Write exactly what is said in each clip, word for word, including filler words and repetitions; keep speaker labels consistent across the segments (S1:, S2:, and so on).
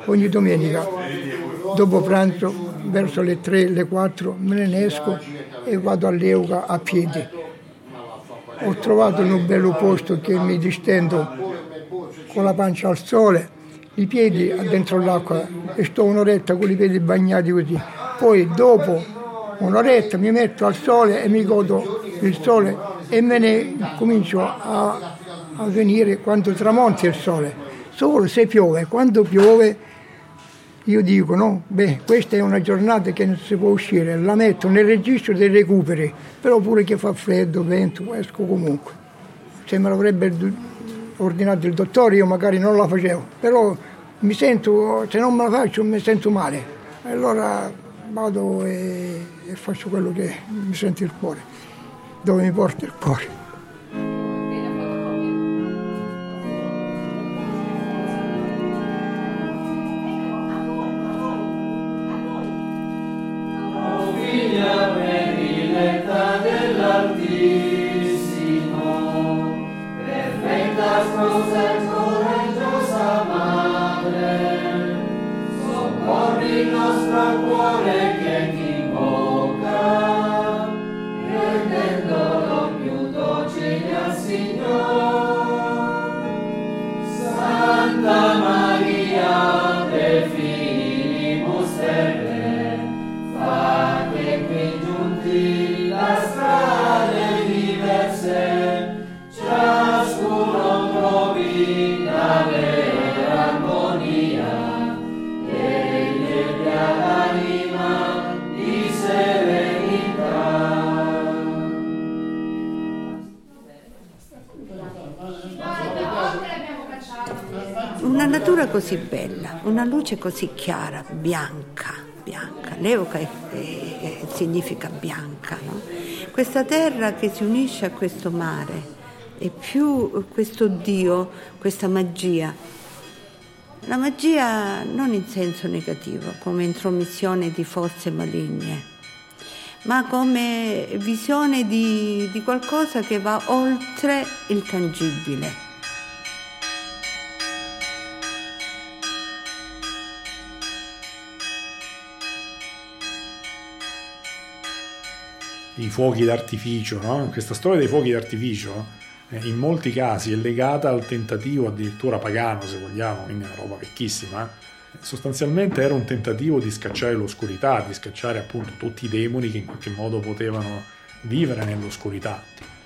S1: ogni domenica, dopo pranzo, verso le tre, le quattro, me ne esco e vado all'Euca a piedi. Ho trovato un bello posto che mi distendo con la pancia al sole, i piedi dentro l'acqua e sto un'oretta con i piedi bagnati così. Poi dopo un'oretta mi metto al sole e mi godo il sole e me ne comincio a, a venire quando tramonti il sole. Solo se piove, quando piove io dico no, beh, questa è una giornata che non si può uscire, la metto nel registro dei recuperi, però pure che fa freddo, vento, esco comunque. Se me l'avrebbe ordinato il dottore io magari non la facevo, però mi sento, se non me la faccio mi sento male, allora vado e, e faccio quello che mi sente il cuore, dove mi porta il cuore.
S2: Una natura così bella, una luce così chiara, bianca, bianca. L'Euca è, è, è, significa bianca, no? Questa terra che si unisce a questo mare e più questo Dio, questa magia. La magia non in senso negativo, come intromissione di forze maligne, ma come visione di, di qualcosa che va oltre il tangibile.
S3: I fuochi d'artificio, no? Questa storia dei fuochi d'artificio eh, in molti casi è legata al tentativo addirittura pagano, se vogliamo, quindi è una roba vecchissima. Sostanzialmente era un tentativo di scacciare l'oscurità, di scacciare appunto tutti i demoni che in qualche modo potevano vivere nell'oscurità.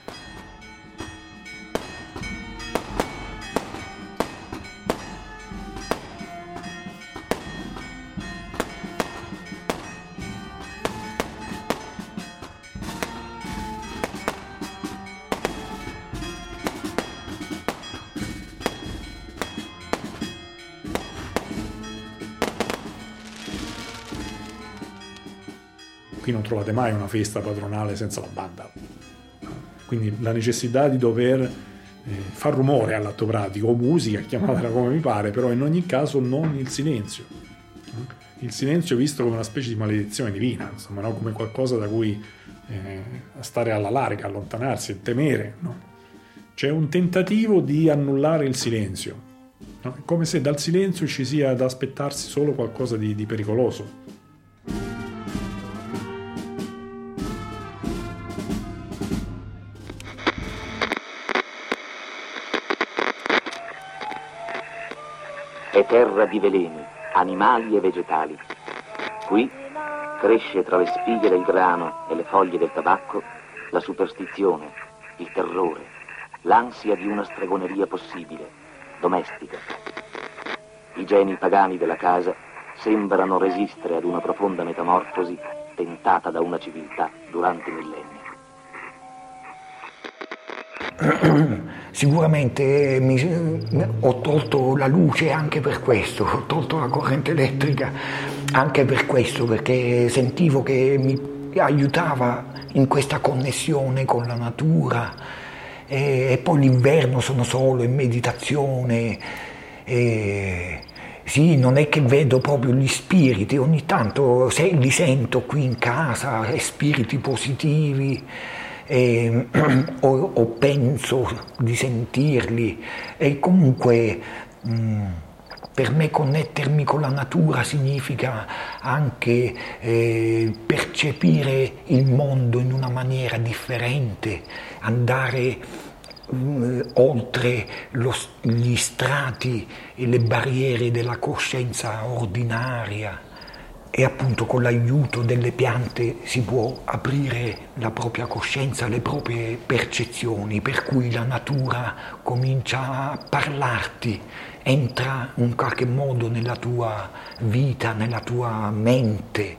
S3: Qui non trovate mai una festa patronale senza la banda. Quindi la necessità di dover eh, far rumore all'atto pratico, o musica, chiamatela come mi pare, però in ogni caso non il silenzio. Il silenzio visto come una specie di maledizione divina, insomma, no? Come qualcosa da cui eh, stare alla larga, allontanarsi, temere. No? C'è un tentativo di annullare il silenzio. No? È come se dal silenzio ci sia da aspettarsi solo qualcosa di, di pericoloso.
S4: È terra di veleni, animali e vegetali. Qui cresce tra le spighe del grano e le foglie del tabacco la superstizione, il terrore, l'ansia di una stregoneria possibile, domestica. I geni pagani della casa sembrano resistere ad una profonda metamorfosi tentata da una civiltà durante millenni.
S5: Sicuramente mi, ho tolto la luce anche per questo, ho tolto la corrente elettrica anche per questo, perché sentivo che mi aiutava in questa connessione con la natura e, e poi l'inverno sono solo in meditazione e, sì, non è che vedo proprio gli spiriti, ogni tanto se, li sento qui in casa, spiriti positivi. E, o, o penso di sentirli e comunque mh, Per me connettermi con la natura significa anche eh, percepire il mondo in una maniera differente, andare eh, oltre lo, gli strati e le barriere della coscienza ordinaria. E appunto con l'aiuto delle piante si può aprire la propria coscienza, le proprie percezioni, per cui la natura comincia a parlarti, entra in qualche modo nella tua vita, nella tua mente.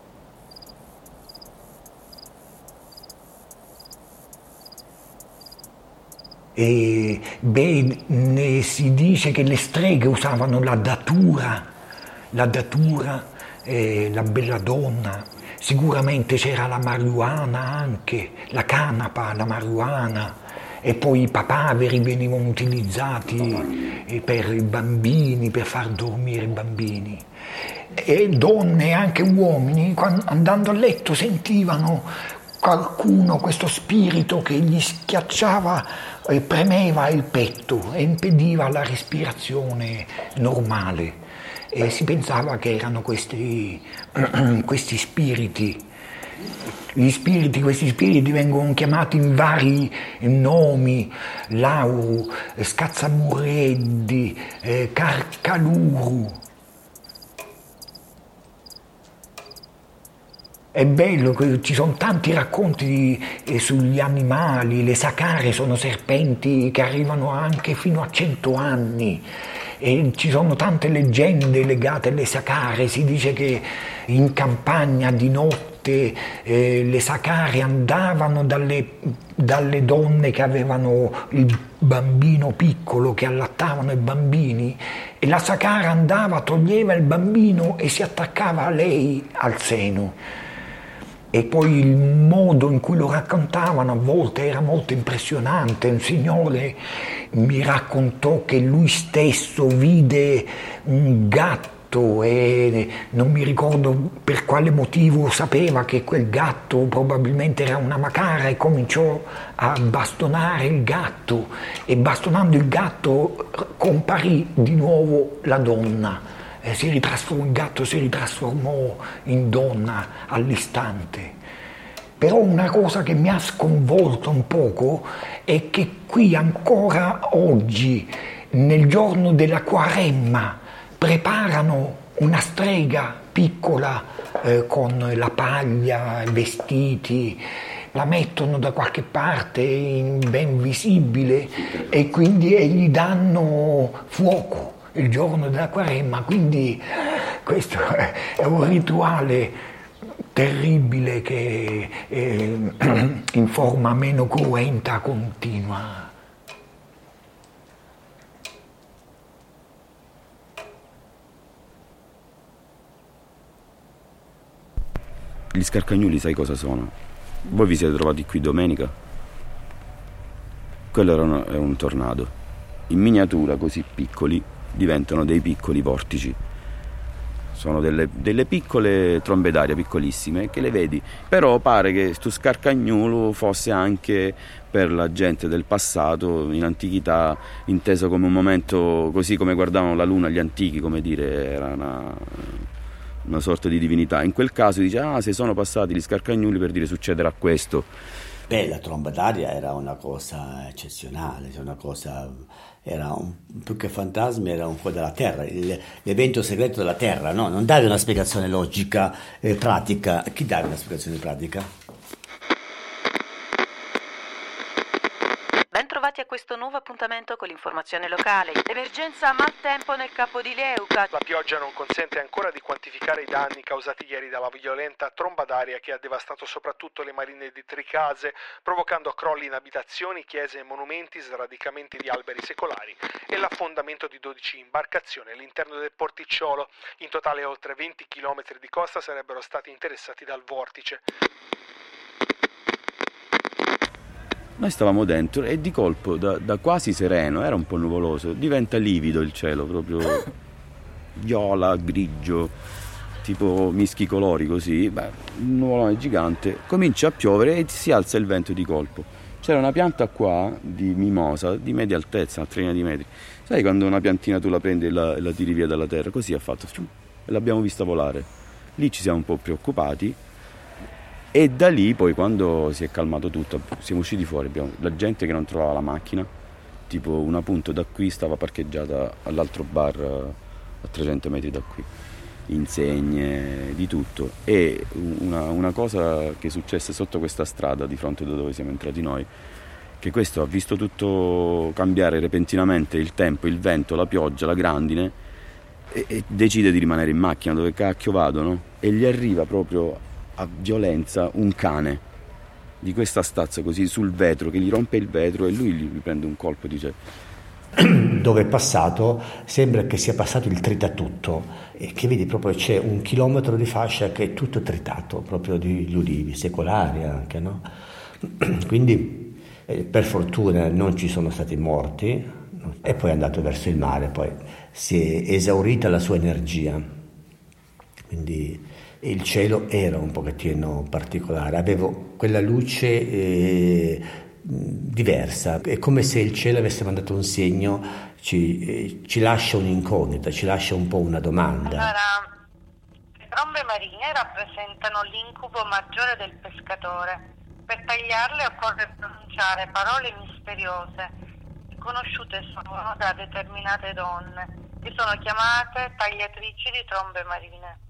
S5: E beh, ne si dice che le streghe usavano la datura, la datura, eh, la bella donna, sicuramente c'era la marijuana anche, la canapa, la marijuana, e poi i papaveri venivano utilizzati per i bambini, per far dormire i bambini. E donne e anche uomini, quando, andando a letto, sentivano qualcuno, questo spirito che gli schiacciava e premeva il petto e impediva la respirazione normale. E si pensava che erano questi, questi spiriti. Gli spiriti, questi spiriti vengono chiamati in vari nomi: Lauru, Scazzamurreddi, eh, Carcaluru. È bello che ci sono tanti racconti eh, sugli animali. Le sacare sono serpenti che arrivano anche fino a cento anni. E ci sono tante leggende legate alle sacare. Si dice che in campagna di notte eh, le sacare andavano dalle, dalle donne che avevano il bambino piccolo, che allattavano i bambini, e la sacara andava, toglieva il bambino e si attaccava a lei al seno. E poi il modo in cui lo raccontavano a volte era molto impressionante. Un signore mi raccontò che lui stesso vide un gatto e non mi ricordo per quale motivo sapeva che quel gatto probabilmente era una macara, e cominciò a bastonare il gatto, e bastonando il gatto comparì di nuovo la donna. Eh, si ritrasformò, il gatto si ritrasformò in donna all'istante. Però una cosa che mi ha sconvolto un poco è che qui ancora oggi, nel giorno della Quaresima, preparano una strega piccola eh, con la paglia, i vestiti, la mettono da qualche parte in ben visibile, e quindi e gli danno fuoco il giorno della Quaresima. Quindi questo è un rituale terribile che eh, in forma meno cruenta continua.
S6: Gli scarcagnoli sai cosa sono? Voi vi siete trovati qui domenica? Quello era un, è un tornado. In miniatura, così piccoli, diventano dei piccoli vortici. Sono delle, delle piccole trombe d'aria, piccolissime, che le vedi. Però pare che sto scarcagnolo fosse anche per la gente del passato, in antichità, inteso come un momento, così come guardavano la luna gli antichi, come dire, era una, una sorta di divinità. In quel caso dice, ah, se sono passati gli scarcagnoli per dire succederà questo.
S7: Beh, la tromba d'aria era una cosa eccezionale, una cosa, era un, più che fantasmi, era un po' della Terra, il, l'evento segreto della Terra, no? Non dare una spiegazione logica e pratica. Chi dà una spiegazione pratica?
S8: Bentrovati a questo nuovo appuntamento con l'informazione locale. Emergenza maltempo nel capo di Leuca.
S9: La pioggia non consente ancora di quantificare i danni causati ieri dalla violenta tromba d'aria che ha devastato soprattutto le marine di Tricase, provocando crolli in abitazioni, chiese e monumenti, sradicamenti di alberi secolari e l'affondamento di dodici imbarcazioni all'interno del porticciolo. In totale oltre venti chilometri di costa sarebbero stati interessati dal vortice.
S6: Noi stavamo dentro e di colpo, da, da quasi sereno, era un po' nuvoloso, diventa livido il cielo, proprio viola, grigio, tipo mischi colori così, beh, un nuvolone gigante, comincia a piovere e si alza il vento di colpo. C'era una pianta qua di mimosa di media altezza, una trentina di metri. Sai quando una piantina tu la prendi e la, e la tiri via dalla terra? Così ha fatto, e l'abbiamo vista volare. Lì ci siamo un po' preoccupati e da lì poi quando si è calmato tutto siamo usciti fuori, abbiamo, la gente che non trovava la macchina, tipo una punto da qui stava parcheggiata all'altro bar a trecento metri da qui, insegne, di tutto. E una, una cosa che successe sotto questa strada di fronte da dove siamo entrati noi, che questo ha visto tutto cambiare repentinamente, il tempo, il vento, la pioggia, la grandine, e, e decide di rimanere in macchina, dove cacchio vado, no? E gli arriva proprio a violenza un cane di questa stazza così sul vetro, che gli rompe il vetro e lui gli prende un colpo e dice:
S7: dove è passato sembra che sia passato il tritatutto, e che vedi proprio c'è un chilometro di fascia che è tutto tritato, proprio di ulivi secolari anche, no? Quindi eh, per fortuna non ci sono stati morti, no? E poi è andato verso il mare, poi si è esaurita la sua energia, quindi il cielo era un pochettino particolare, avevo quella luce eh, diversa, è come se il cielo avesse mandato un segno, ci, eh, ci lascia un'incognita, ci lascia un po' una domanda.
S10: Allora, le trombe marine rappresentano l'incubo maggiore del pescatore. Per tagliarle occorre pronunciare parole misteriose, conosciute solo da determinate donne, che sono chiamate tagliatrici di trombe marine.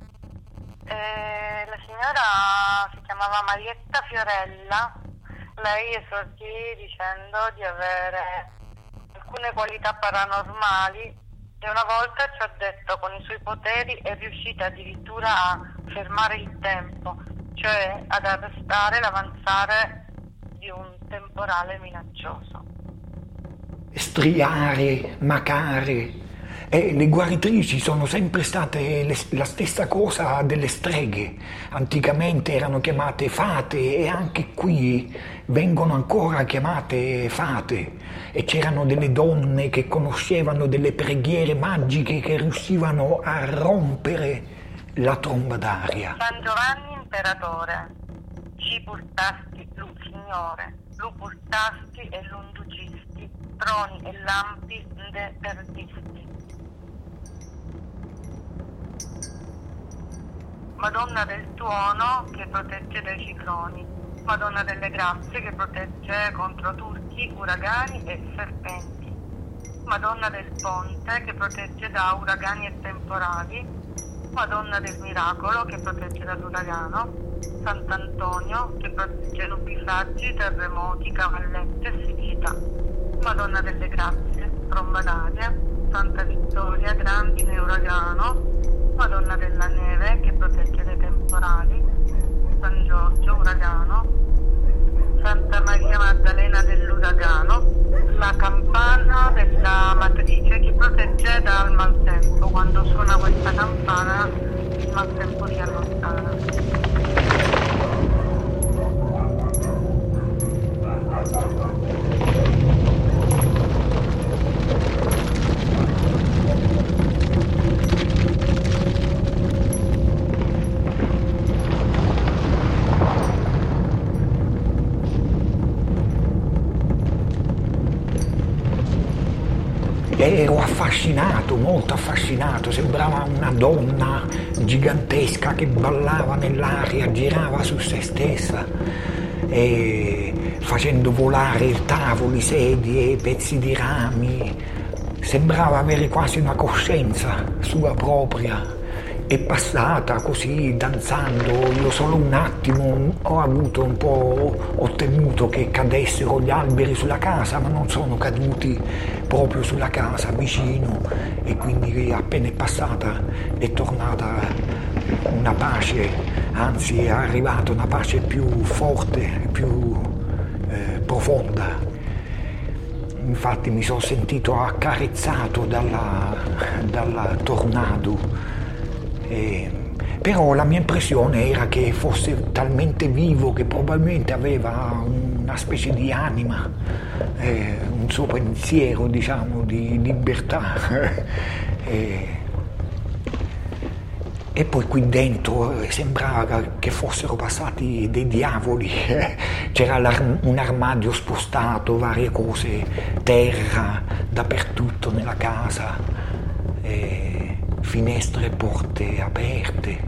S10: Eh, la signora si chiamava Marietta Fiorella. Lei esordì dicendo di avere alcune qualità paranormali e una volta ci ha detto con i suoi poteri è riuscita addirittura a fermare il tempo, cioè ad arrestare l'avanzare di un temporale minaccioso.
S5: Striare, macare. E le guaritrici sono sempre state le, la stessa cosa delle streghe. Anticamente erano chiamate fate e anche qui vengono ancora chiamate fate. E c'erano delle donne che conoscevano delle preghiere magiche che riuscivano a rompere la tromba d'aria.
S10: San Giovanni Imperatore, ci purtasti lu Signore, lu purtasti e l'unducisti, troni e lampi de perdisti. Madonna del Tuono che protegge dai cicloni, Madonna delle Grazie che protegge contro turchi, uragani e serpenti, Madonna del Ponte che protegge da uragani e temporali, Madonna del Miracolo che protegge dall'uragano, Sant'Antonio che protegge nubifragi, terremoti, cavallette e siccità, Madonna delle Grazie, tromba d'aria, Santa Vittoria, grandine e uragano, Madonna della Neve che protegge dai temporali, San Giorgio, uragano, Santa Maria Maddalena dell'uragano, la campana della Matrice che protegge dal maltempo. Quando suona questa campana il maltempo si allontana.
S5: Ero affascinato, molto affascinato, sembrava una donna gigantesca che ballava nell'aria, girava su se stessa, e facendo volare tavoli, sedie, pezzi di rami. Sembrava avere quasi una coscienza sua propria. È passata così, danzando. Io solo un attimo ho avuto un po', ho temuto che cadessero gli alberi sulla casa, ma non sono caduti proprio sulla casa, vicino, e quindi appena è passata è tornata una pace, anzi è arrivata una pace più forte, più eh, profonda. Infatti mi sono sentito accarezzato dalla, dalla tornado. Eh, però la mia impressione era che fosse talmente vivo che probabilmente aveva una specie di anima, eh, un suo pensiero, diciamo, di libertà. eh, E poi qui dentro sembrava che fossero passati dei diavoli, c'era un armadio spostato, varie cose, terra dappertutto nella casa, e finestre e porte aperte.